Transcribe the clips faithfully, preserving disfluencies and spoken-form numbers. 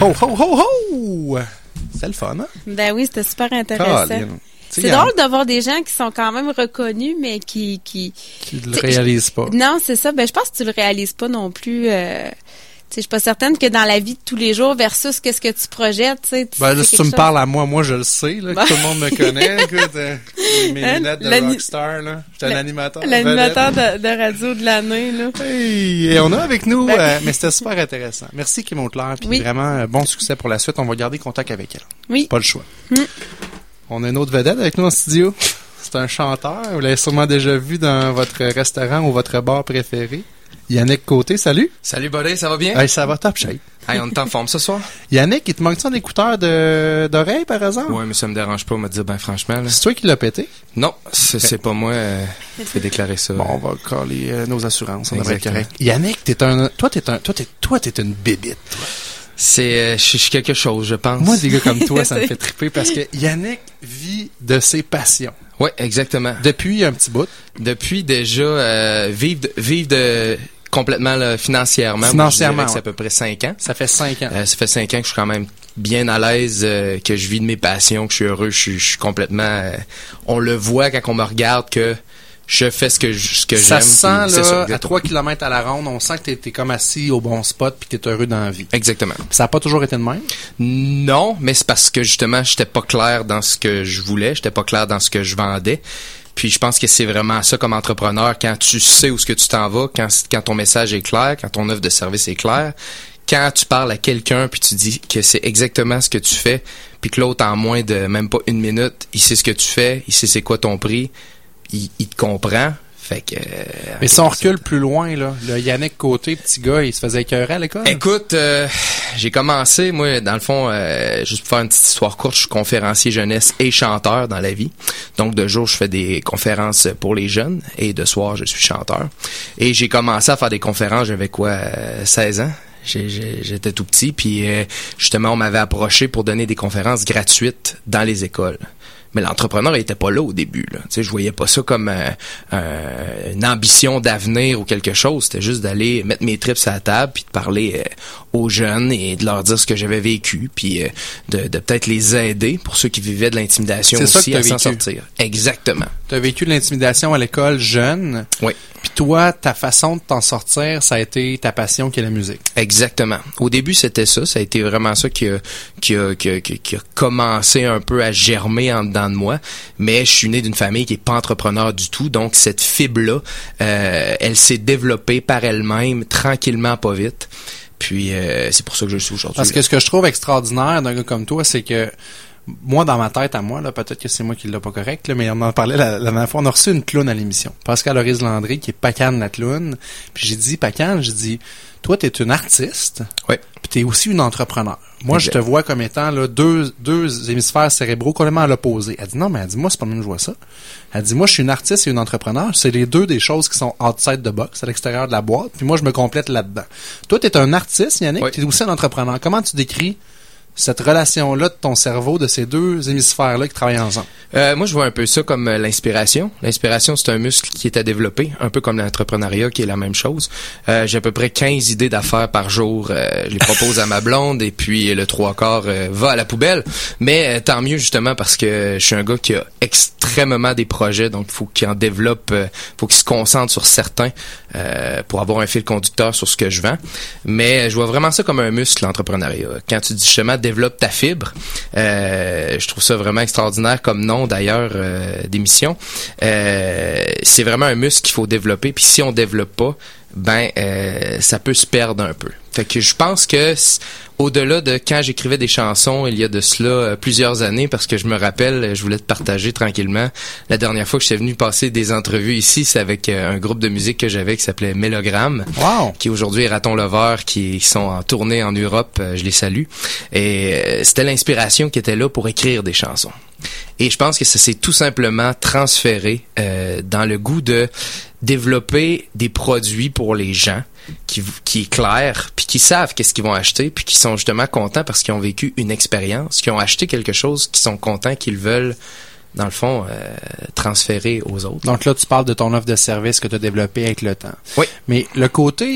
Ho, ho, ho, ho! C'est le fun, hein? Ben oui, c'était super intéressant. Colin. C'est drôle de voir des gens qui sont quand même reconnus, mais qui... Qui, qui le réalisent pas. Non, c'est ça. Ben, je pense que tu le réalises pas non plus. Euh, je suis pas certaine que dans la vie de tous les jours versus qu'est-ce que tu projettes, tu sais. Ben, là, si tu me chose... parles à moi, moi, je le sais, là, que tout le monde me connaît. Écoute, euh, mes hein? lunettes de L'ani... rockstar, là. J'étais l'animateur. L'animateur de, de radio de l'année, là. Hey, et on a avec nous, ben... euh, mais c'était super intéressant. Merci, Kim Auclair, puis oui. vraiment, euh, bon succès pour la suite. On va garder contact avec elle. Oui. Pas le choix. Mm. On a une autre vedette avec nous en studio. C'est un chanteur. Vous l'avez sûrement déjà vu dans votre restaurant ou votre bar préféré. Yannick Côté, salut. Salut, buddy, ça va bien? Hey, ça va top shape. Hey, on est en forme ce soir? Yannick, il te manque-tu un écouteur de, d'oreille, par exemple? Ouais, mais ça me dérange pas, on me dire, ben, franchement, là. C'est toi qui l'as pété? Non, c'est, okay. c'est pas moi, euh, fais déclarer ça. Bon, on va coller euh, nos assurances, on devrait être correct. Yannick, t'es un, toi, t'es un, toi, t'es, toi, t'es une bébite, toi. C'est, euh, je suis quelque chose, je pense. Moi, des gars comme toi, ça me fait triper parce que Yannick vit de ses passions. Ouais, exactement. Depuis un petit bout. Depuis déjà, euh, vivre de, vivre de, complètement, là, financièrement. Financièrement, moi, je dirais que ouais. c'est à peu près cinq ans. Ça fait cinq ans. Euh, ça fait cinq ans que je suis quand même bien à l'aise, euh, que je vis de mes passions, que je suis heureux, je suis, je suis complètement, euh, on le voit quand on me regarde que je fais ce que, je, ce que ça j'aime. Ça sent, là, ça, à trois kilomètres à la ronde, on sent que t'es, t'es comme assis au bon spot puis que t'es heureux dans la vie. Exactement. Puis ça n'a pas toujours été de même? Non, mais c'est parce que, justement, j'étais pas clair dans ce que je voulais, j'étais pas clair dans ce que je vendais. Puis je pense que c'est vraiment ça comme entrepreneur, quand tu sais où ce que tu t'en vas, quand, quand ton message est clair, quand ton offre de service est claire, quand tu parles à quelqu'un puis tu dis que c'est exactement ce que tu fais, puis que l'autre, en moins de même pas une minute, il sait ce que tu fais, il sait c'est quoi ton prix, il, il te comprend. Fait que, euh, mais si on recule plus loin, là, le Yannick Côté, petit gars, il se faisait écœurer à l'école? Écoute, euh, j'ai commencé, moi, dans le fond, euh, juste pour faire une petite histoire courte, je suis conférencier jeunesse et chanteur dans la vie. Donc, de jour, je fais des conférences pour les jeunes et de soir, je suis chanteur. Et j'ai commencé à faire des conférences, j'avais quoi, euh, seize ans? J'ai, j'ai, j'étais tout petit, puis euh, justement, on m'avait approché pour donner des conférences gratuites dans les écoles. Mais l'entrepreneur, il était pas là au début, là. Tu sais, je voyais pas ça comme euh, euh, une ambition d'avenir ou quelque chose. C'était juste d'aller mettre mes trips à la table puis de parler euh, aux jeunes et de leur dire ce que j'avais vécu puis euh, de, de peut-être les aider pour ceux qui vivaient de l'intimidation c'est aussi ça à s'en sortir. Exactement. Tu as vécu de l'intimidation à l'école jeune. Oui. Puis toi, ta façon de t'en sortir, ça a été ta passion qui est la musique. Exactement. Au début, c'était ça. Ça a été vraiment ça qui a, qui a, qui a, qui a commencé un peu à germer en dedans de moi. Mais je suis né d'une famille qui est pas entrepreneur du tout. Donc, cette fibre-là, euh, elle s'est développée par elle-même, tranquillement, pas vite. Puis, euh, c'est pour ça que je suis aujourd'hui. Parce que ce que je trouve extraordinaire d'un gars comme toi, c'est que moi, dans ma tête à moi, là, peut-être que c'est moi qui l'ai pas correct, là, mais on en parlait la, la dernière fois, on a reçu une clown à l'émission. Pascal Horis Landry, qui est Pacane la clown. Puis j'ai dit, Pacane, j'ai dit, toi, t'es une artiste. Oui. Puis t'es aussi une entrepreneur. Moi, exact. Je te vois comme étant là deux deux hémisphères cérébraux complètement à l'opposé. Elle dit non, mais elle dit moi, c'est pas le même que je vois ça. Elle dit moi, je suis une artiste et une entrepreneur. C'est les deux des choses qui sont outside the box, à l'extérieur de la boîte. Puis moi, je me complète là-dedans. Toi, t'es un artiste, Yannick. Oui. T'es aussi un entrepreneur. Comment tu décris cette relation-là de ton cerveau, de ces deux hémisphères-là qui travaillent ensemble? Euh, moi, je vois un peu ça comme euh, l'inspiration. L'inspiration, c'est un muscle qui est à développer, un peu comme l'entrepreneuriat, qui est la même chose. Euh, j'ai à peu près quinze idées d'affaires par jour. Euh, je les propose à ma blonde et puis le trois quarts euh, va à la poubelle. Mais euh, tant mieux, justement, parce que je suis un gars qui a extrêmement des projets, donc il faut qu'il en développe, euh, faut qu'il se concentre sur certains euh, pour avoir un fil conducteur sur ce que je vends. Mais je vois vraiment ça comme un muscle, l'entrepreneuriat. Quand tu dis justement développe ta fibre. Euh, je trouve ça vraiment extraordinaire comme nom d'ailleurs euh, d'émission. Euh, c'est vraiment un muscle qu'il faut développer. Puis si on développe pas, ben euh, ça peut se perdre un peu. Fait que je pense que au-delà de quand j'écrivais des chansons il y a de cela euh, plusieurs années, parce que je me rappelle, je voulais te partager tranquillement, la dernière fois que j'étais venu passer des entrevues ici, c'est avec euh, un groupe de musique que j'avais qui s'appelait Mélogramme, wow. Qui aujourd'hui est Raton Lover, qui sont en tournée en Europe, euh, je les salue. Et euh, c'était l'inspiration qui était là pour écrire des chansons. Et je pense que ça s'est tout simplement transféré euh, dans le goût de développer des produits pour les gens qui qui est clair, puis qui savent qu'est-ce qu'ils vont acheter, puis qui sont justement contents parce qu'ils ont vécu une expérience, qui ont acheté quelque chose, qui sont contents, qu'ils veulent, dans le fond, euh, transférer aux autres. Donc là, tu parles de ton offre de service que tu as développée avec le temps. Oui. Mais le côté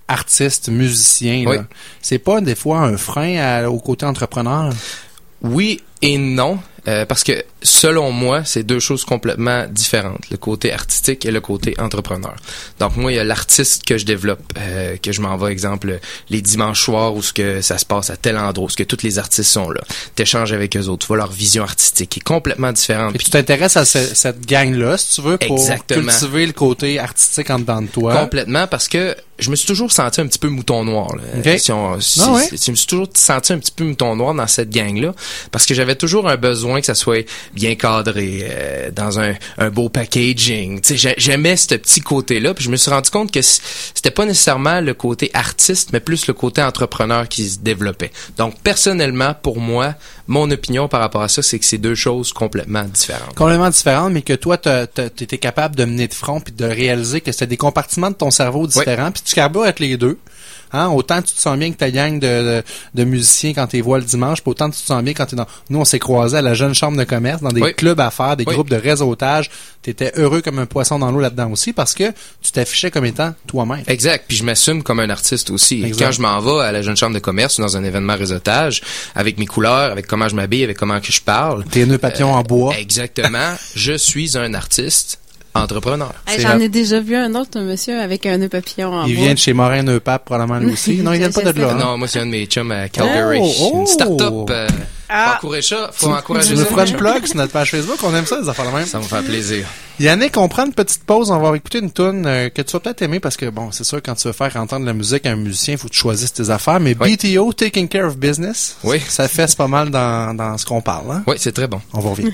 artiste, musicien, Oui. là, c'est pas des fois un frein à- au côté entrepreneur? Oui et non, euh, parce que selon moi, c'est deux choses complètement différentes, le côté artistique et le côté entrepreneur. Donc moi, il y a l'artiste que je développe, euh, que je m'envoie, exemple, les dimanches soirs où ce que ça se passe à tel endroit, où ce que tous les artistes sont là. T'échanges avec eux autres, tu vois leur vision artistique qui est complètement différente. Et Puis tu t'intéresses à ce- cette gang-là, si tu veux, pour Exactement. cultiver le côté artistique en dedans de toi. complètement, parce que je me suis toujours senti un petit peu mouton noir. Là. Ok. Si on, si, Ah ouais? si- je me suis toujours senti un petit peu mouton noir dans cette gang-là, parce que j'avais toujours un besoin que ça soit bien cadré, euh, dans un, un beau packaging. Tu sais, j'ai- j'aimais ce petit côté-là, puis je me suis rendu compte que c- c'était pas nécessairement le côté artiste, mais plus le côté entrepreneur qui se développait. Donc, personnellement, pour moi, mon opinion par rapport à ça, c'est que c'est deux choses complètement différentes. Complètement différentes, mais que toi, tu étais capable de mener de front puis de réaliser que c'était des compartiments de ton cerveau différents, puis tu carbures avec les deux. Hein, autant tu te sens bien que ta gang de, de, de musiciens quand tu les vois le dimanche, puis autant tu te sens bien quand tu es dans... Nous, on s'est croisés à la Jeune Chambre de commerce, dans des Oui. clubs à faire, des Oui. groupes de réseautage. Tu étais heureux comme un poisson dans l'eau là-dedans aussi parce que tu t'affichais comme étant toi-même. Exact. Puis je m'assume comme un artiste aussi. Exact. Quand je m'en vais à la Jeune Chambre de commerce ou dans un événement réseautage, avec mes couleurs, avec comment je m'habille, avec comment que je parle. Tes nœuds papillons en bois. Exactement. Je suis un artiste entrepreneur. Hey, C'est J'en hot. ai déjà vu un autre, un monsieur avec un nœud papillon en Il bois. vient de chez Morin Neupape, probablement lui aussi. Non, il vient pas de là. hein? Non, moi c'est un de mes chums à Calgary. Oh, oh. Une start-up. Euh, Ah. faut encourager ça. Faut encourager Tu nous ça. feras une plug sur notre page Facebook, on aime ça, les affaires de même. Ça me fait plaisir. Yannick, on prend une petite pause, on va écouter une tune euh, que tu vas peut-être aimer parce que, bon, c'est sûr, quand tu veux faire entendre la musique à un musicien, il faut que tu choisisses tes affaires, mais Oui. B T O, Taking Care of Business, Oui. ça fesse pas mal dans, dans ce qu'on parle. Hein? Oui, c'est très bon. On va revenir.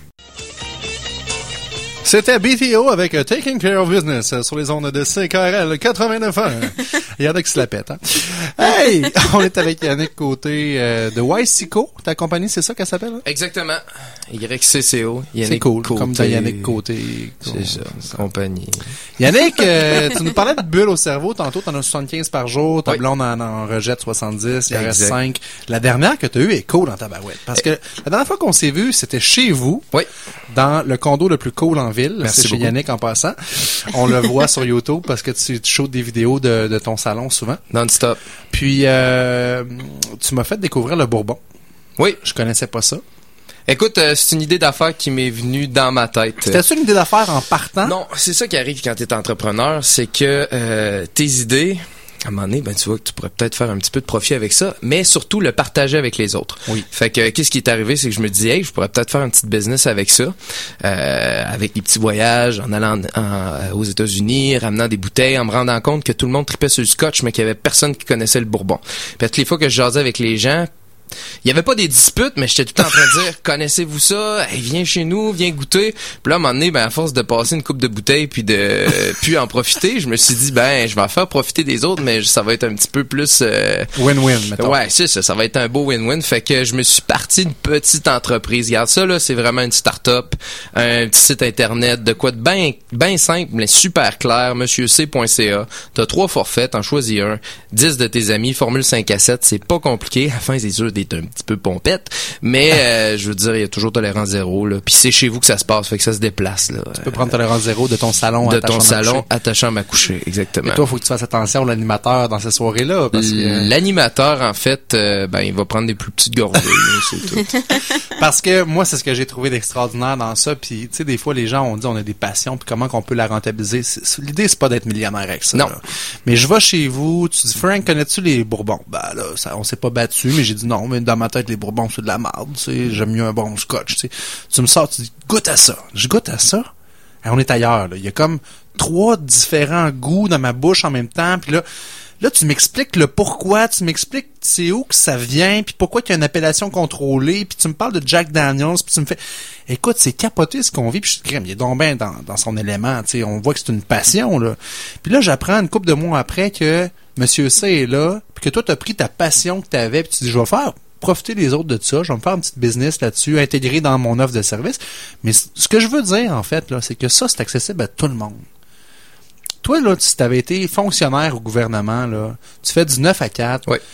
C'était B T O avec euh, Taking Care of Business euh, sur les ondes de C K R L quatre-vingt-neuf ans. Yannick se la pète, hein? Hey! On est avec Yannick côté euh, de Wysico. Ta compagnie, c'est ça qu'elle s'appelle? Hein? Exactement. Y C C O. C'est Yannick cool, Côté. comme dans Yannick Côté. C'est ça. Compagnie. Yannick, euh, tu nous parlais de bulles au cerveau. Tantôt, t'en as soixante-quinze par jour. Ta Oui. blonde en, en rejette soixante-dix. Il en reste Exact. cinq. La dernière que tu as eue est cool dans ta barouette. Parce que la dernière fois qu'on s'est vu, c'était chez vous. Oui. Dans le condo le plus cool en ville. Merci C'est chez beaucoup. Yannick en passant. On le voit sur YouTube parce que tu, tu shootes des vidéos de, de ton salon souvent. Non-stop. Puis, euh, tu m'as fait découvrir le Bourbon. Oui. Je connaissais pas ça. Écoute, euh, c'est une idée d'affaires qui m'est venue dans ma tête. C'était-tu une idée d'affaires en partant? Non, c'est ça qui arrive quand tu es entrepreneur, c'est que euh, tes idées, à un moment donné, ben tu vois que tu pourrais peut-être faire un petit peu de profit avec ça, mais surtout le partager avec les autres. Oui. Fait que qu'est-ce qui est arrivé, c'est que je me dis, hey, je pourrais peut-être faire un petit business avec ça, euh, avec des petits voyages, en allant en- en- aux États-Unis, ramenant des bouteilles, en me rendant compte que tout le monde tripait sur le scotch, mais qu'il y avait personne qui connaissait le bourbon. Puis toutes les fois que je jasais avec les gens, il y avait pas des disputes, mais j'étais tout le temps en train de dire, connaissez-vous ça? Hey, viens chez nous, viens goûter. Puis là, à un moment donné, ben, à force de passer une coupe de bouteilles puis de, puis en profiter, je me suis dit, ben, je vais en faire profiter des autres, mais ça va être un petit peu plus, euh, Win-win, mettons. ouais, c'est ça, ça va être un beau win-win. Fait que je me suis parti d'une petite entreprise. Regarde ça, là, c'est vraiment une start-up, un petit site internet, de quoi de bien, bien simple, mais super clair, monsieur c point c a. T'as trois forfaits, t'en choisis un, dix de tes amis, formule cinq à sept, c'est pas compliqué. À la fin, c'est sûr d'être un petit peu pompette, mais euh, je veux dire, il y a toujours tolérance zéro, là. Puis c'est chez vous que ça se passe, fait que ça se déplace, là. Tu peux prendre tolérance zéro de ton salon de à ta ton chambre à salon coucher. à ta chambre à coucher, exactement. Mais toi, faut que tu fasses attention à l'animateur dans ces soirées-là, parce que, L'animateur, en fait, euh, ben, il va prendre des plus petites gorgées, là, c'est tout. parce que moi, c'est ce que j'ai trouvé d'extraordinaire dans ça. Puis, tu sais, des fois, les gens ont dit on a des passions, puis comment qu'on peut la rentabiliser. C'est- c'est- L'idée, c'est pas d'être millionnaire avec ça. Non. là. Mais je vais chez vous, tu dis Frank, connais-tu les Bourbons? Ben là, ça, on s'est pas battu, mais j'ai dit non, mais dans ma tête, les Bourbons, c'est de la merde. Tu sais, j'aime mieux un bon scotch. Tu sais. Tu me sors, tu dis goûte à ça. Je goûte à ça. Et on est ailleurs. Là. Il y a comme trois différents goûts dans ma bouche en même temps. Puis là, là, tu m'expliques le pourquoi, tu m'expliques c'est où que ça vient, puis pourquoi il y a une appellation contrôlée, puis tu me parles de Jack Daniels, puis tu me fais, écoute, c'est capoté ce qu'on vit, puis je te dis, il est donc bien dans, dans son élément, tu sais, on voit que c'est une passion, là. Puis là, j'apprends une couple de mois après que Monsieur C est là, puis que toi, t'as pris ta passion que t'avais, puis tu dis, je vais faire profiter les autres de ça, je vais me faire un petit business là-dessus, intégrer dans mon offre de service. Mais c- ce que je veux dire, en fait, là, c'est que ça, c'est accessible à tout le monde. Toi, là, si tu avais été fonctionnaire au gouvernement, là, tu fais du neuf à quatre, Ouais.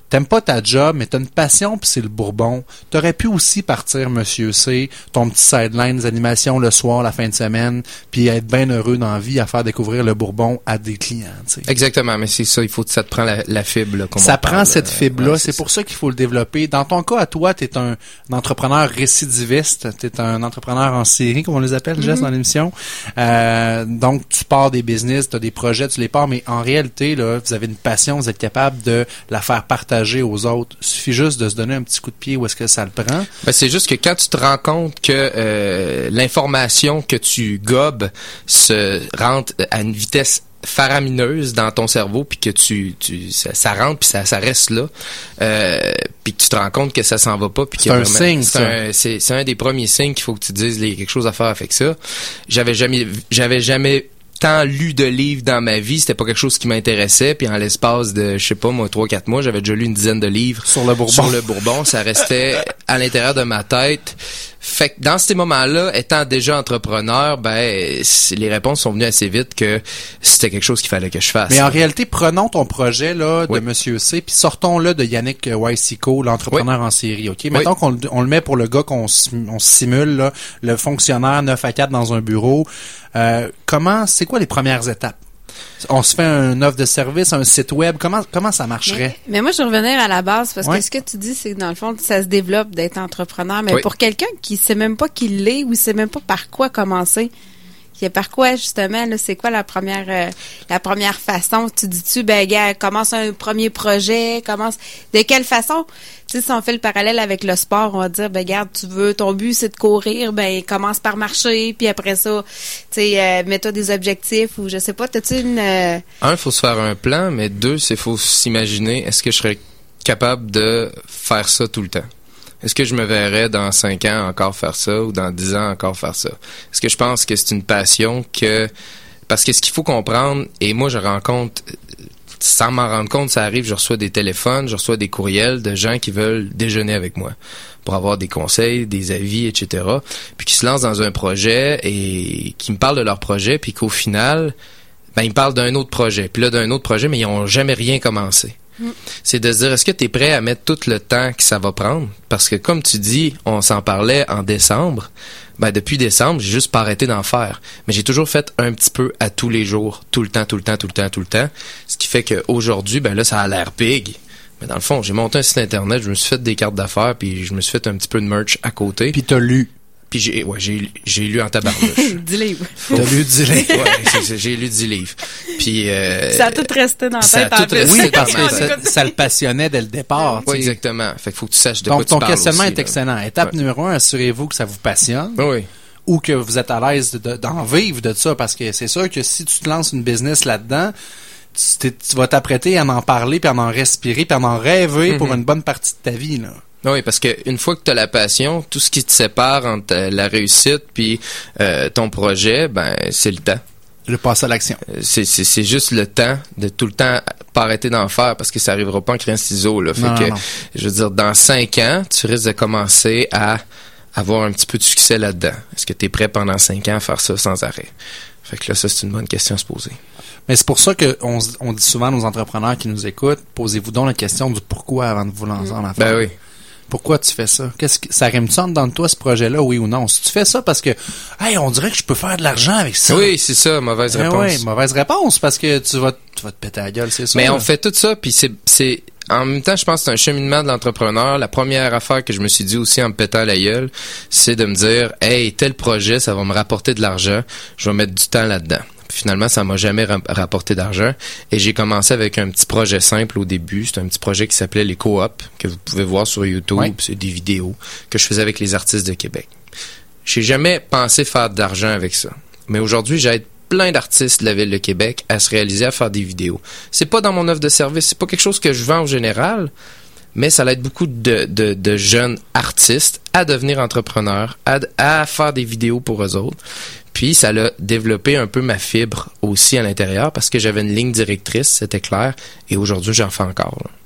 t'aimes pas ta job, mais t'as une passion puis c'est le Bourbon. T'aurais pu aussi partir, Monsieur C, ton petit sideline, des animations le soir, la fin de semaine, puis être bien heureux dans la vie à faire découvrir le Bourbon à des clients, tu sais. Exactement, mais c'est ça, il faut que ça te prend la, la fibre, là, comme ça on prend parle, cette fibre-là, ouais, c'est, c'est pour ça. ça qu'il faut le développer. Dans ton cas, à toi, t'es un, un entrepreneur récidiviste, t'es un entrepreneur en série, comme on les appelle, Jess, mm-hmm. dans l'émission. Euh, donc, tu pars des business, t'as des projets, tu les pars, mais en réalité, là, vous avez une passion, vous êtes capable de la faire partager aux autres. Il suffit juste de se donner un petit coup de pied où est-ce que ça le prend. Ben, c'est juste que quand tu te rends compte que euh, l'information que tu gobes se rentre à une vitesse faramineuse dans ton cerveau, puis que tu, tu ça, ça rentre puis ça, ça reste là, euh, puis que tu te rends compte que ça s'en va pas, puis c'est un signe, c'est un, c'est, c'est un des premiers signes qu'il faut que tu te dises, il y a quelque chose à faire avec ça. J'avais jamais, j'avais jamais tant lu de livres dans ma vie, c'était pas quelque chose qui m'intéressait, puis en l'espace de, je sais pas, moi, trois quatre mois, j'avais déjà lu une dizaine de livres sur le Bourbon. Sur le Bourbon, ça restait à l'intérieur de ma tête. Fait que dans ces moments-là, étant déjà entrepreneur, ben les réponses sont venues assez vite que c'était quelque chose qu'il fallait que je fasse. Mais en réalité, prenons ton projet là de oui. Monsieur C, puis sortons-le de Yannick Wysico, l'entrepreneur oui. en série, ok? Mettons oui. qu'on on le met pour le gars qu'on on simule, là, le fonctionnaire neuf à quatre dans un bureau. Euh, comment, c'est quoi les premières étapes? On se fait un offre de service, un site web. Comment comment ça marcherait? Mais, mais moi, je vais revenir à la base parce ouais. que ce que tu dis, c'est que dans le fond, ça se développe d'être entrepreneur. Mais oui. pour quelqu'un qui sait même pas qu'il l'est ou sait même pas par quoi commencer, c'est par quoi justement là, c'est quoi la première euh, la première façon? Tu dis-tu, ben gars, commence un premier projet, commence de quelle façon? Tu sais, si on fait le parallèle avec le sport, on va dire, ben regarde, tu veux, ton but c'est de courir, ben commence par marcher, puis après ça, tu sais, euh, mets-toi des objectifs ou je sais pas, t'as-tu une... Euh... Un, il faut se faire un plan, mais deux, c'est faut s'imaginer, est-ce que je serais capable de faire ça tout le temps? Est-ce que je me verrais dans cinq ans encore faire ça ou dans dix ans encore faire ça? Est-ce que je pense que c'est une passion que... Parce que ce qu'il faut comprendre, et moi je rencontre... Sans m'en rendre compte, ça arrive, je reçois des téléphones, je reçois des courriels de gens qui veulent déjeuner avec moi pour avoir des conseils, des avis, et cetera. Puis qui se lancent dans un projet et qui me parlent de leur projet, puis qu'au final, ben ils me parlent d'un autre projet. Puis là, d'un autre projet, mais ils n'ont jamais rien commencé. Mm. C'est de se dire, est-ce que tu es prêt à mettre tout le temps que ça va prendre? Parce que comme tu dis, on s'en parlait en décembre. Ben depuis décembre, j'ai juste pas arrêté d'en faire. Mais j'ai toujours fait un petit peu à tous les jours, tout le temps, tout le temps, tout le temps, tout le temps. Ce qui fait qu'aujourd'hui, ben là, ça a l'air big. Mais dans le fond, j'ai monté un site internet, je me suis fait des cartes d'affaires, puis je me suis fait un petit peu de merch à côté. Puis t'as lu. Puis j'ai, ouais, j'ai, j'ai lu en tabarnouche. dix livres. T'as lu dix livres. Ouais, c'est, c'est, j'ai lu dix livres. Puis, euh, ça a tout resté dans la tête. Ça a tout resté oui, parce que ça, ça le passionnait dès le départ. Oui, exactement. Fait qu'il faut que tu saches de donc, quoi tu parles. Donc, ton questionnement aussi, est excellent. là. Étape ouais. numéro un, assurez-vous que ça vous passionne. Oui. Ou que vous êtes à l'aise de, d'en vivre de ça, parce que c'est sûr que si tu te lances une business là-dedans, tu, tu vas t'apprêter à en parler, puis à en respirer, puis à en rêver mm-hmm. pour une bonne partie de ta vie, là. Oui, parce que une fois que tu as la passion, tout ce qui te sépare entre la réussite puis euh, ton projet, ben c'est le temps. Le passe à l'action. C'est, c'est, c'est juste le temps de tout le temps pas arrêter d'en faire parce que ça arrivera pas en crayon ciseaux, là. Fait non, que, non. je veux dire, dans cinq ans, tu risques de commencer à avoir un petit peu de succès là-dedans. Est-ce que tu es prêt pendant cinq ans à faire ça sans arrêt? Fait que là, ça, c'est une bonne question à se poser. Mais c'est pour ça qu'on on dit souvent à nos entrepreneurs qui nous écoutent, posez-vous donc la question du pourquoi avant de vous lancer en affaires. Ben oui. Pourquoi tu fais ça? Qu'est-ce que ça rime-tu en dedans de toi, ce projet-là, oui ou non? Si tu fais ça parce que, hey, on dirait que je peux faire de l'argent avec ça. Oui, c'est ça, mauvaise ben réponse. Oui, mauvaise réponse, parce que tu vas, tu vas te péter la gueule, c'est ça. Mais là. on fait tout ça, puis c'est, c'est, en même temps, je pense que c'est un cheminement de l'entrepreneur. La première affaire que je me suis dit aussi en me pétant la gueule, c'est de me dire, hey, tel projet, ça va me rapporter de l'argent, je vais mettre du temps là-dedans. Finalement, ça m'a jamais rapporté d'argent. Et j'ai commencé avec un petit projet simple au début. C'est un petit projet qui s'appelait les co-op, que vous pouvez voir sur YouTube. Ouais. C'est des vidéos que je faisais avec les artistes de Québec. J'ai jamais pensé faire d'argent avec ça. Mais aujourd'hui, j'aide plein d'artistes de la Ville de Québec à se réaliser, à faire des vidéos. C'est pas dans mon offre de service. C'est pas quelque chose que je vends en général. Mais ça aide beaucoup de, de, de jeunes artistes à devenir entrepreneurs, à, à faire des vidéos pour eux autres. Puis, ça l'a développé un peu ma fibre aussi à l'intérieur parce que j'avais une ligne directrice, c'était clair. Et aujourd'hui, j'en fais encore. Là.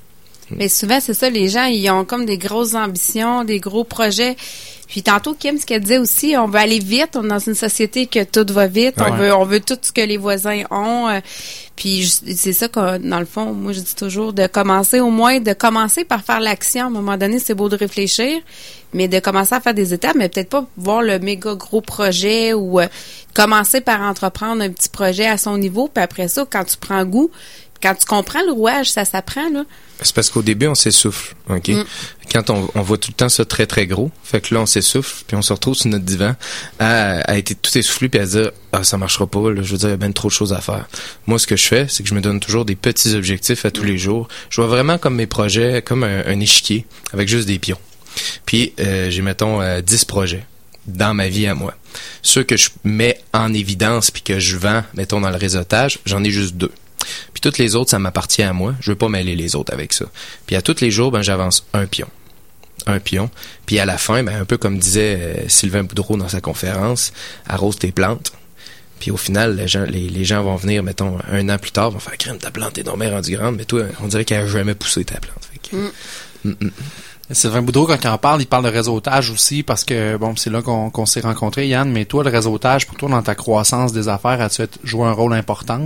Mais souvent, c'est ça, les gens, ils ont comme des grosses ambitions, des gros projets. Puis tantôt, Kim, ce qu'elle disait aussi, on veut aller vite. On est dans une société que tout va vite. Ouais. On veut on veut tout ce que les voisins ont. Euh, puis c'est ça que, dans le fond, moi, je dis toujours de commencer, au moins, de commencer par faire l'action. À un moment donné, c'est beau de réfléchir, mais de commencer à faire des étapes, mais peut-être pas voir le méga gros projet ou euh, commencer par entreprendre un petit projet à son niveau. Puis après ça, quand tu prends goût, quand tu comprends le rouage, ça s'apprend, là. C'est parce qu'au début, on s'essouffle, OK? Mm. Quand on, on voit tout le temps ça très, très gros, fait que là, on s'essouffle, puis on se retrouve sur notre divan à, à être tout essoufflé, puis à dire « Ah, ça marchera pas, là, je veux dire, il y a bien trop de choses à faire. » Moi, ce que je fais, c'est que je me donne toujours des petits objectifs à tous mm. les jours. Je vois vraiment comme mes projets, comme un, un échiquier, avec juste des pions. Puis, euh, j'ai, mettons, euh, dix projets dans ma vie à moi. Ceux que je mets en évidence, puis que je vends, mettons, dans le réseautage, j'en ai juste deux. Puis toutes les autres, ça m'appartient à moi. Je veux pas mêler les autres avec ça. Puis à tous les jours, ben j'avance un pion. Un pion. Puis à la fin, ben un peu comme disait euh, Sylvain Boudreau dans sa conférence, arrose tes plantes. Puis au final, les gens, les, les gens vont venir, mettons, un an plus tard, vont faire « Crème, ta plante est donc bien rendue grande, mais toi, on dirait qu'elle a jamais poussé ta plante. » Fait que, mm. Mm, mm. Sylvain Boudreau, quand il en parle, il parle de réseautage aussi, parce que, bon, c'est là qu'on, qu'on s'est rencontrés, Yann, mais toi, le réseautage, pour toi, dans ta croissance des affaires, as-tu joué un rôle important?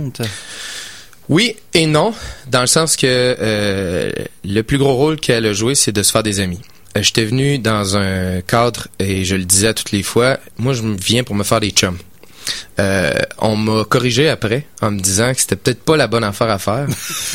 Oui et non, dans le sens que euh, le plus gros rôle qu'elle a joué, c'est de se faire des amis. Euh, j'étais venu dans un cadre, et je le disais à toutes les fois, moi je viens pour me faire des chums. Euh, on m'a corrigé après en me disant que c'était peut-être pas la bonne affaire à faire,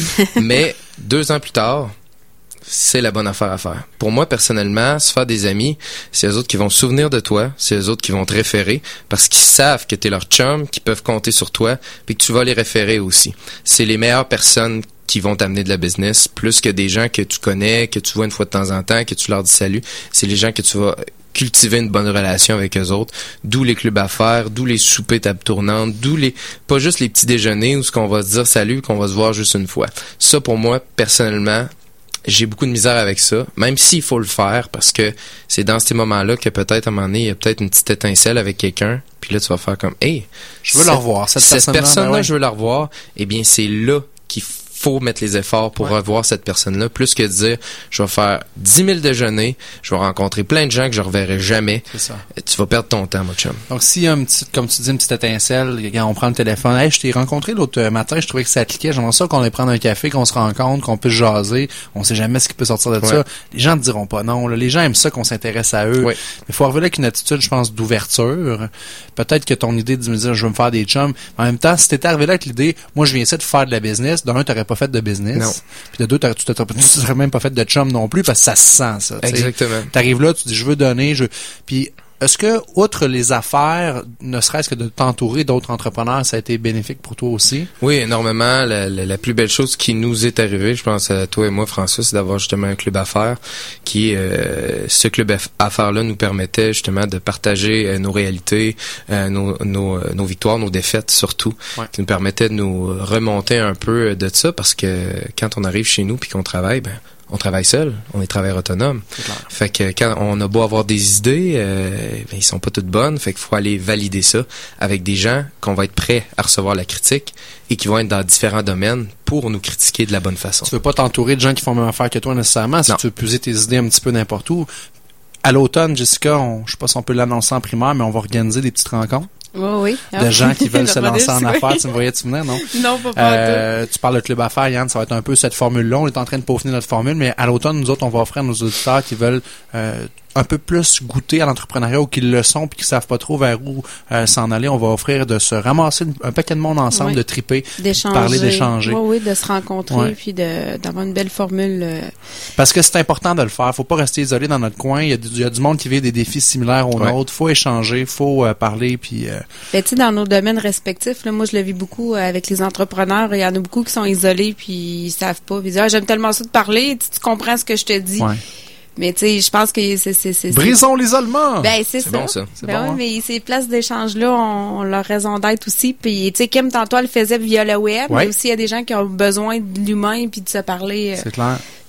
mais deux ans plus tard, c'est la bonne affaire à faire. Pour moi, personnellement, se faire des amis, c'est eux autres qui vont se souvenir de toi, c'est eux autres qui vont te référer, parce qu'ils savent que t'es leur chum, qu'ils peuvent compter sur toi, puis que tu vas les référer aussi. C'est les meilleures personnes qui vont t'amener de la business, plus que des gens que tu connais, que tu vois une fois de temps en temps, que tu leur dis salut. C'est les gens que tu vas cultiver une bonne relation avec eux autres, d'où les clubs à faire, d'où les soupers table tournante, d'où les, pas juste les petits déjeuners où ce qu'on va se dire salut, qu'on va se voir juste une fois. Ça, pour moi, personnellement, j'ai beaucoup de misère avec ça, même s'il faut le faire, parce que c'est dans ces moments-là que peut-être, à un moment donné, il y a peut-être une petite étincelle avec quelqu'un, puis là, tu vas faire comme, hey, je veux la revoir. Cette, cette personne-là, personne-là ouais. je veux la revoir. Eh bien, c'est là qu'il faut mettre les efforts pour ouais. revoir cette personne-là, plus que de dire, je vais faire dix mille déjeuners, je vais rencontrer plein de gens que je reverrai jamais. C'est ça. Tu vas perdre ton temps, mon chum. Donc, s'il y a une petite, comme tu dis, une petite étincelle, quand on prend le téléphone, hey, je t'ai rencontré l'autre matin, je trouvais que ça cliquait, j'aimerais ça qu'on aille prendre un café, qu'on se rencontre, qu'on puisse jaser, on sait jamais ce qui peut sortir de ouais. ça. Les gens ne diront pas non, là. Les gens aiment ça qu'on s'intéresse à eux. Ouais. Mais il faut revenir avec une attitude, je pense, d'ouverture. Peut-être que ton idée de me dire, je veux me faire des chums, en même temps, si t'étais arrivé là avec l'idée, moi, je viens ici de faire de la business, d'un, t'aurais pas fait de business. Non. Puis de deux, tu ne serais même pas fait de chum non plus parce que ça se sent, ça. Exactement. Tu arrives là, tu dis, je veux donner. je Puis, est-ce que, outre les affaires, ne serait-ce que de t'entourer d'autres entrepreneurs, ça a été bénéfique pour toi aussi? Oui, énormément. La, la, la plus belle chose qui nous est arrivée, je pense à toi et moi, François, c'est d'avoir justement un club affaires qui, euh, ce club affaires-là nous permettait justement de partager euh, nos réalités, euh, nos, nos, nos victoires, nos défaites surtout, ouais. qui nous permettait de nous remonter un peu de ça parce que quand on arrive chez nous puis qu'on travaille, ben on travaille seul, on est travailleur autonome. Fait que quand on a beau avoir des idées, euh, ben, ils sont pas toutes bonnes, fait qu'il faut aller valider ça avec des gens qu'on va être prêts à recevoir la critique et qui vont être dans différents domaines pour nous critiquer de la bonne façon. Tu veux pas t'entourer de gens qui font la même affaire que toi nécessairement, si non. tu veux puiser tes idées un petit peu n'importe où. À l'automne, Jessica, on, je sais pas si on peut l'annoncer en primaire, mais on va organiser des petites rencontres. Oui, oui. De gens qui veulent se lancer en affaires. Tu me voyais-tu venir, non? Non, pas euh, Tu parles de club affaires, Yann, ça va être un peu cette formule-là. On est en train de peaufiner notre formule, mais à l'automne, nous autres, on va offrir à nos auditeurs qui veulent euh, un peu plus goûter à l'entrepreneuriat ou qui le sont puis qui savent pas trop vers où euh, s'en aller. On va offrir de se ramasser un paquet de monde ensemble, oui. de triper, d'échanger. de parler, d'échanger. Oui, oui, de se rencontrer oui. puis de, d'avoir une belle formule. Euh... Parce que c'est important de le faire. Faut pas rester isolé dans notre coin. Il y a du, il y a du monde qui vit des défis similaires aux ouais. nôtres. Faut échanger, faut euh, parler puis. Euh... Ben, tu sais, dans nos domaines respectifs, là, moi je le vis beaucoup avec les entrepreneurs. Il y en a beaucoup qui sont isolés puis ils savent pas. Ils disent ah, j'aime tellement ça de parler. Tu, tu comprends ce que je te dis. Ouais. Mais tu sais, je pense que c'est c'est c'est brisons c'est... l'isolement. Ben c'est, c'est ça. Bon, ça. C'est ben bon, oui, hein? Mais ces places d'échange là ont leur raison d'être aussi. Puis tu sais, Kim tantôt elle le faisait via le web, ouais. mais aussi il y a des gens qui ont besoin de l'humain puis de se parler. C'est clair.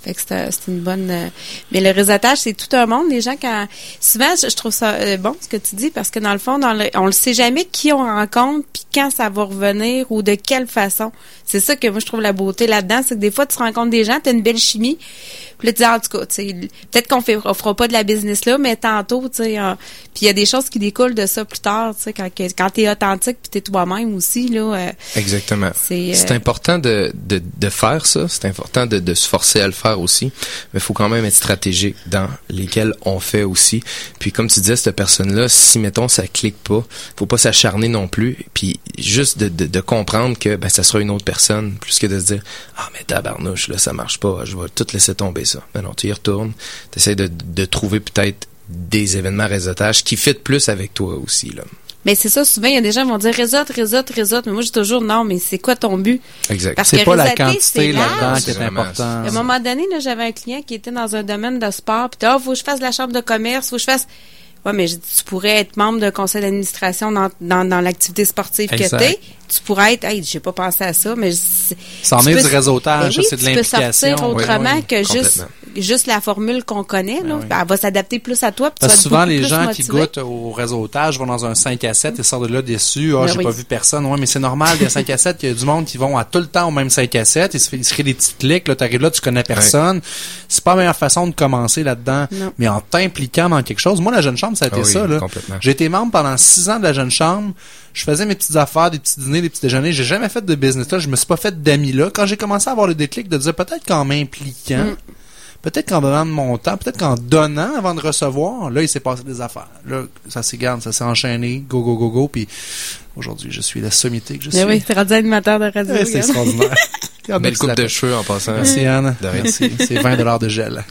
Fait que c'est, c'est une bonne... Euh, mais le réseautage, c'est tout un monde. Les gens, quand... Souvent, je, je trouve ça euh, bon, ce que tu dis, parce que dans le fond, dans le, on ne sait jamais qui on rencontre, puis quand ça va revenir, ou de quelle façon. C'est ça que moi, je trouve la beauté là-dedans, c'est que des fois, tu rencontres des gens, tu as une belle chimie, puis là, tu dis, en tout cas, tu sais, peut-être qu'on fait, on fera pas de la business là, mais tantôt, tu sais, euh, puis il y a des choses qui découlent de ça plus tard, tu sais, quand, quand tu es authentique, puis tu es toi-même aussi, là. Euh, Exactement. C'est, euh, c'est important de, de, de faire ça, c'est important de, de se forcer à le faire aussi, mais il faut quand même être stratégique dans lesquels on fait aussi. Puis comme tu disais, cette personne-là, si mettons ça clique pas, faut pas s'acharner non plus, puis juste de, de, de comprendre que ben ça sera une autre personne, plus que de se dire ah mais tabarnouche là ça marche pas, je vais tout laisser tomber ça. Ben non, tu y retournes, tu essaies de, de trouver peut-être des événements réseautage qui fit plus avec toi aussi là. Mais c'est ça, souvent, il y a des gens qui vont dire réseaute, réseaute, réseaute. Mais moi, je dis toujours non, mais c'est quoi ton but? Exact. Parce c'est que pas la réseauter, quantité c'est là-dedans large. qui est C'est vraiment important. À un moment donné, là, j'avais un client qui était dans un domaine de sport, puis ah, oh, faut que je fasse la chambre de commerce, faut que je fasse. Ouais, mais je dis, tu pourrais être membre d'un conseil d'administration dans, dans, dans l'activité sportive Exact. que t'es. Tu pourrais être, hey, j'ai pas pensé à ça, mais je, Ça en est du réseautage, ben oui, c'est de tu peux l'implication. sortir autrement Oui, oui, que juste, complètement. juste la formule qu'on connaît, là. Ben oui. Ben, elle va s'adapter plus à toi, puis tu Parce vas que être souvent, beaucoup les plus gens qui motivé. goûtent au réseautage vont dans un cinq à sept et sortent de là déçus. Ah, Ben j'ai oui. pas vu personne. Ouais, mais c'est normal, il y a cinq à sept, il y a du monde qui vont à tout le temps au même cinq à sept. Ils se, fait, ils se créent des petits clics. Là, t'arrives là, tu connais personne. C'est pas la meilleure façon de commencer là-dedans. Non. Mais en t'impliquant dans quelque chose. Moi, la Jeune Chambre, ça a été Ah oui, ça, là. complètement. J'ai été membre pendant six ans de la Jeune Chambre. Je faisais mes petites affaires, des petits dîners, des petits déjeuners. J'ai jamais fait de business là. Je me suis pas fait d'amis là. Quand j'ai commencé à avoir le déclic de dire peut-être qu'en m'impliquant, Mm. peut-être qu'en donnant de mon temps, peut-être qu'en donnant avant de recevoir, là, il s'est passé des affaires. Là, ça s'est garde, ça s'est enchaîné, go, go, go, go, puis aujourd'hui, je suis la sommité que je suis. Mais oui, t'es rendu animateur de radio. Ouais, c'est regarde. extraordinaire. Regarde Belle qui coupe l'appelle. de cheveux en passant. Merci, Anne. De rien. Merci. C'est vingt dollars de gel.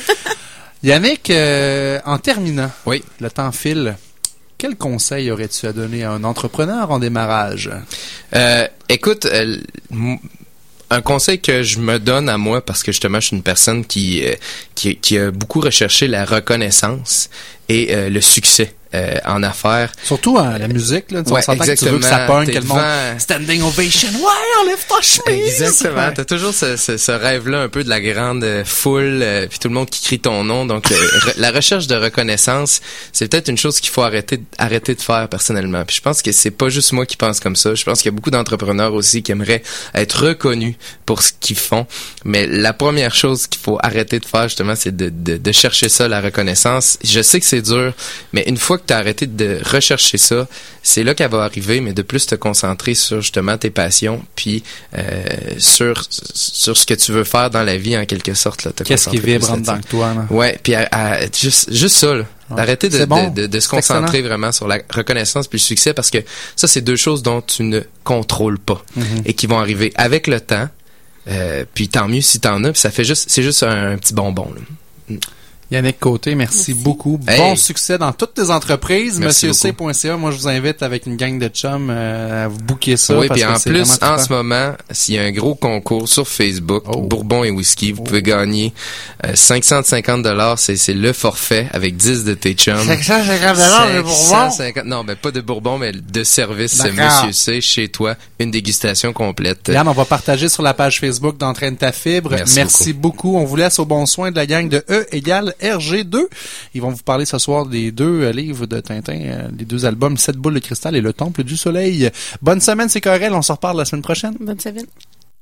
Yannick, euh, en terminant, Oui. le temps file. Quel conseil aurais-tu à donner à un entrepreneur en démarrage? Euh, écoute, euh, m- un conseil que je me donne à moi, parce que justement, je suis une personne qui, euh, qui, qui a beaucoup recherché la reconnaissance et euh, le succès euh, en affaires. Surtout à la musique, là. Ouais, On s'entend que tu veux que ça exactement. pogne, T'es que le monde... devant- Standing ovation. Ouais, enlève ta chemise! Exactement. Ouais. T'as toujours ce, ce, ce rêve-là un peu de la grande euh, foule, euh, puis tout le monde qui crie ton nom. Donc, euh, re- la recherche de reconnaissance, c'est peut-être une chose qu'il faut arrêter, de- arrêter de faire personnellement. Puis je pense que c'est pas juste moi qui pense comme ça. Je pense qu'il y a beaucoup d'entrepreneurs aussi qui aimeraient être reconnus pour ce qu'ils font. Mais la première chose qu'il faut arrêter de faire, justement, c'est de, de, de chercher ça, la reconnaissance. Je sais que c'est dur, mais une fois que tu as arrêté de rechercher ça, c'est là qu'elle va arriver, mais de plus te concentrer sur justement tes passions, puis euh, sur sur ce que tu veux faire dans la vie en quelque sorte. Là, te Qu'est-ce qui concentrer vibre plus en dedans là-dessus. que toi, là? Ouais, puis à- à- juste juste ça, là. Ouais. D'arrêter de, C'est bon. de, de, de se C'est concentrer excellent. vraiment sur la reconnaissance puis le succès, parce que ça, c'est deux choses dont tu ne contrôles pas Mhm. et qui vont arriver avec le temps. Euh, puis tant mieux si t'en as, puis ça fait juste, c'est juste un, un petit bonbon. Là. Yannick Côté, merci, Merci. beaucoup. Hey. Bon succès dans toutes tes entreprises. Merci monsieur c point c a. Moi, je vous invite avec une gang de chums euh, à vous booker ça. Oui, parce puis que en c'est plus, vraiment en trippant. ce moment, s'il y a un gros concours sur Facebook, Oh. Bourbon et Whisky, vous Oh. pouvez gagner euh, cinq cent cinquante dollars. C'est, c'est le forfait avec dix de tes chums. cinq cent cinquante dollars de Bourbon. cinq cent cinquante non, ben pas de Bourbon, mais de service euh, D'accord. Monsieur C chez toi. Une dégustation complète. Yann, on va partager sur la page Facebook d'Entraîne ta fibre. Merci Merci beaucoup. On vous laisse au bon soin de la gang de E égale R G deux. Ils vont vous parler ce soir des deux euh, livres de Tintin, euh, les deux albums, Sept boules de cristal et Le Temple du soleil. Bonne semaine, c'est Corel. On se reparle la semaine prochaine. Bonne semaine.